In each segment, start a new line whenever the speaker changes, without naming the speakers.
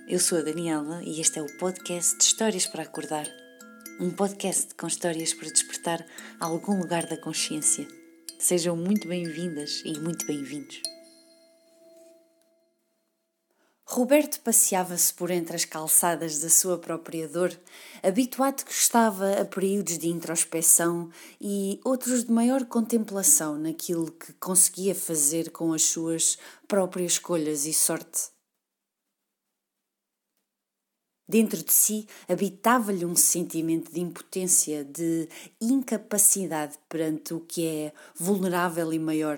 eu sou a Daniela e este é o podcast de Histórias para Acordar. Um podcast com histórias para despertar algum lugar da consciência. Sejam muito bem-vindas e muito bem-vindos. Roberto passeava-se por entre as calçadas da sua própria dor, habituado que estava a períodos de introspeção e outros de maior contemplação naquilo que conseguia fazer com as suas próprias escolhas e sorte. Dentro de si habitava-lhe um sentimento de impotência, de incapacidade perante o que é vulnerável e maior.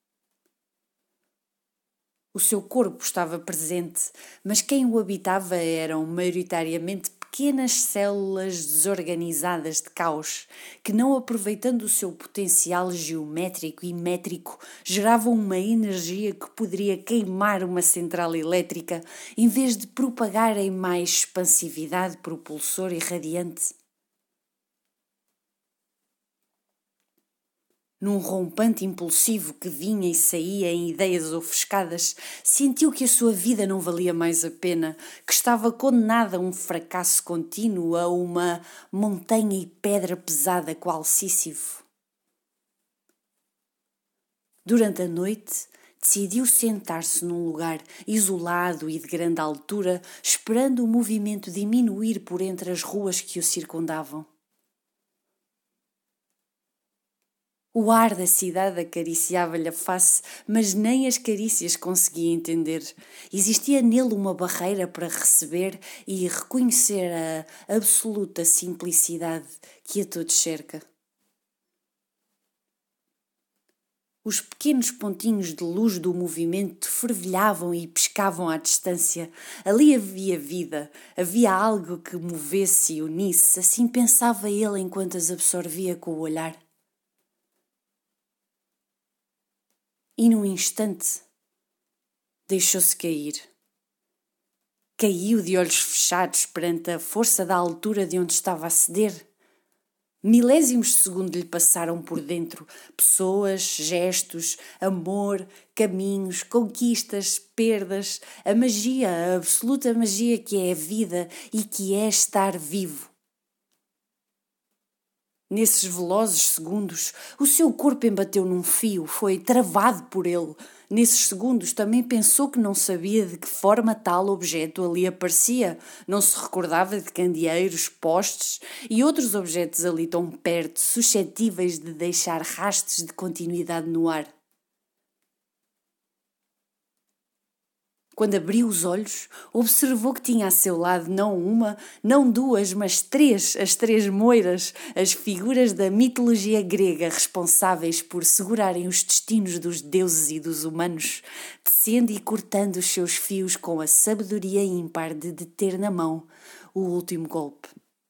O seu corpo estava presente, mas quem o habitava eram maioritariamente pequenas células desorganizadas de caos, que, não aproveitando o seu potencial geométrico e métrico, geravam uma energia que poderia queimar uma central elétrica, em vez de propagarem mais expansividade propulsor e radiante. Num rompante impulsivo que vinha e saía em ideias ofuscadas, sentiu que a sua vida não valia mais a pena, que estava condenada a um fracasso contínuo, a uma montanha e pedra pesada qual Sísifo. Durante a noite, decidiu sentar-se num lugar isolado e de grande altura, esperando o movimento diminuir por entre as ruas que o circundavam. O ar da cidade acariciava-lhe a face, mas nem as carícias conseguia entender. Existia nele uma barreira para receber e reconhecer a absoluta simplicidade que a todos cerca. Os pequenos pontinhos de luz do movimento fervilhavam e piscavam à distância. Ali havia vida, havia algo que movesse e unisse, assim pensava ele enquanto as absorvia com o olhar. E num instante deixou-se cair. Caiu de olhos fechados perante a força da altura de onde estava a ceder. Milésimos de segundo lhe passaram por dentro, pessoas, gestos, amor, caminhos, conquistas, perdas, a magia, a absoluta magia que é a vida e que é estar vivo. Nesses velozes segundos, o seu corpo embateu num fio, foi travado por ele. Nesses segundos também pensou que não sabia de que forma tal objeto ali aparecia. Não se recordava de candeeiros, postes e outros objetos ali tão perto, suscetíveis de deixar rastros de continuidade no ar. Quando abriu os olhos, observou que tinha a seu lado não uma, não duas, mas as três moiras, as figuras da mitologia grega responsáveis por segurarem os destinos dos deuses e dos humanos, tecendo e cortando os seus fios com a sabedoria ímpar de deter na mão o último golpe.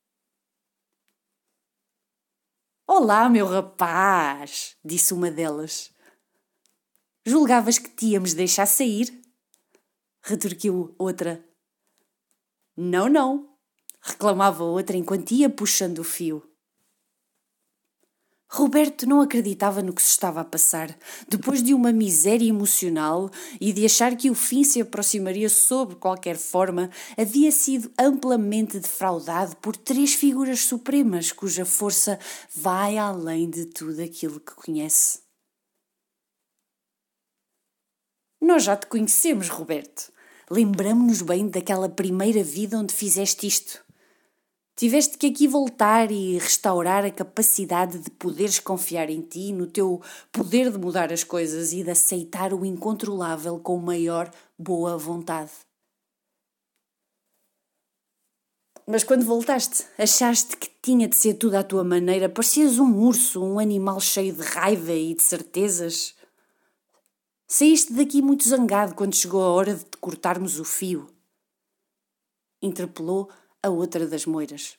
"Olá, meu rapaz", disse uma delas. "Julgavas que te íamos deixar sair?" retorquiu outra. "Não, não", reclamava outra enquanto ia puxando o fio. Roberto não acreditava no que se estava a passar. Depois de uma miséria emocional e de achar que o fim se aproximaria sob qualquer forma, havia sido amplamente defraudado por três figuras supremas cuja força vai além de tudo aquilo que conhece. "Nós já te conhecemos, Roberto. Lembramo-nos bem daquela primeira vida onde fizeste isto. Tiveste que aqui voltar e restaurar a capacidade de poderes confiar em ti, no teu poder de mudar as coisas e de aceitar o incontrolável com maior boa vontade. Mas quando voltaste, achaste que tinha de ser tudo à tua maneira, parecias um urso, um animal cheio de raiva e de certezas. Saíste daqui muito zangado quando chegou a hora de te cortarmos o fio", interpelou a outra das moiras.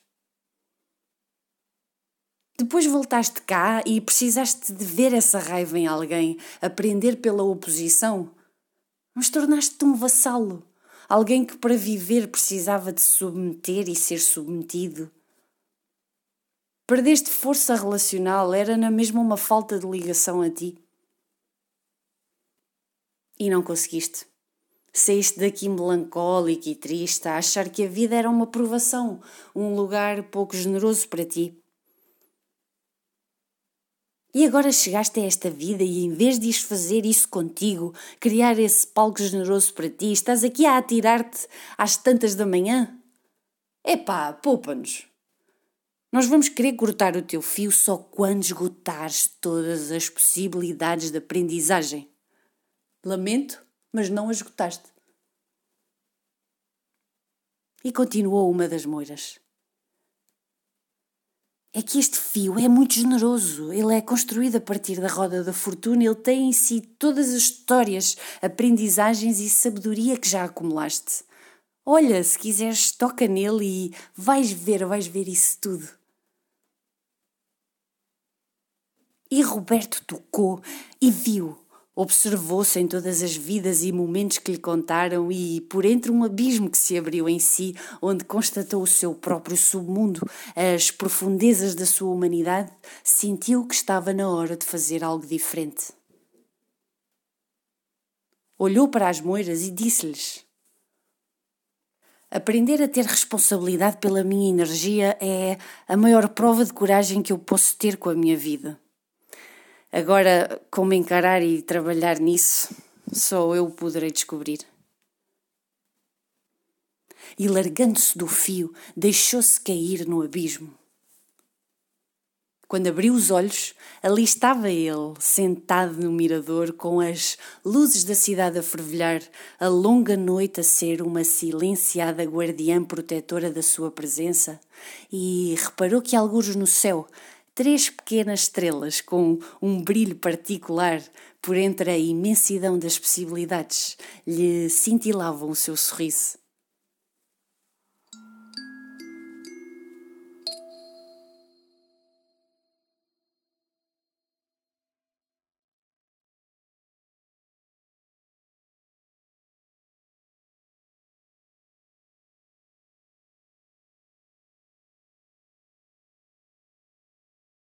"Depois voltaste cá e precisaste de ver essa raiva em alguém, aprender pela oposição. Mas tornaste-te um vassalo, alguém que para viver precisava de se submeter e ser submetido. Perdeste força relacional, era na mesma uma falta de ligação a ti. E não conseguiste. Saíste daqui melancólico e triste a achar que a vida era uma provação, um lugar pouco generoso para ti. E agora chegaste a esta vida e em vez de ires fazer isso contigo, criar esse palco generoso para ti, estás aqui a atirar-te às tantas da manhã? Epá, poupa-nos. Nós vamos querer cortar o teu fio só quando esgotares todas as possibilidades de aprendizagem. Lamento, mas não a esgotaste. E continuou uma das moiras. É que este fio é muito generoso, ele é construído a partir da roda da fortuna, ele tem em si todas as histórias, aprendizagens e sabedoria que já acumulaste. Olha, se quiseres, toca nele e vais ver isso tudo. E Roberto tocou e viu. Observou-se em todas as vidas e momentos que lhe contaram e, por entre um abismo que se abriu em si, onde constatou o seu próprio submundo, as profundezas da sua humanidade, sentiu que estava na hora de fazer algo diferente. Olhou para as moiras e disse-lhes: aprender a ter responsabilidade pela minha energia é a maior prova de coragem que eu posso ter com a minha vida. Agora, como encarar e trabalhar nisso, só eu poderei descobrir. E largando-se do fio, deixou-se cair no abismo. Quando abriu os olhos, ali estava ele, sentado no mirador, com as luzes da cidade a fervilhar, a longa noite a ser uma silenciada guardiã protetora da sua presença, e reparou que algures no céu, 3 pequenas estrelas com um brilho particular por entre a imensidão das possibilidades lhe cintilavam o seu sorriso.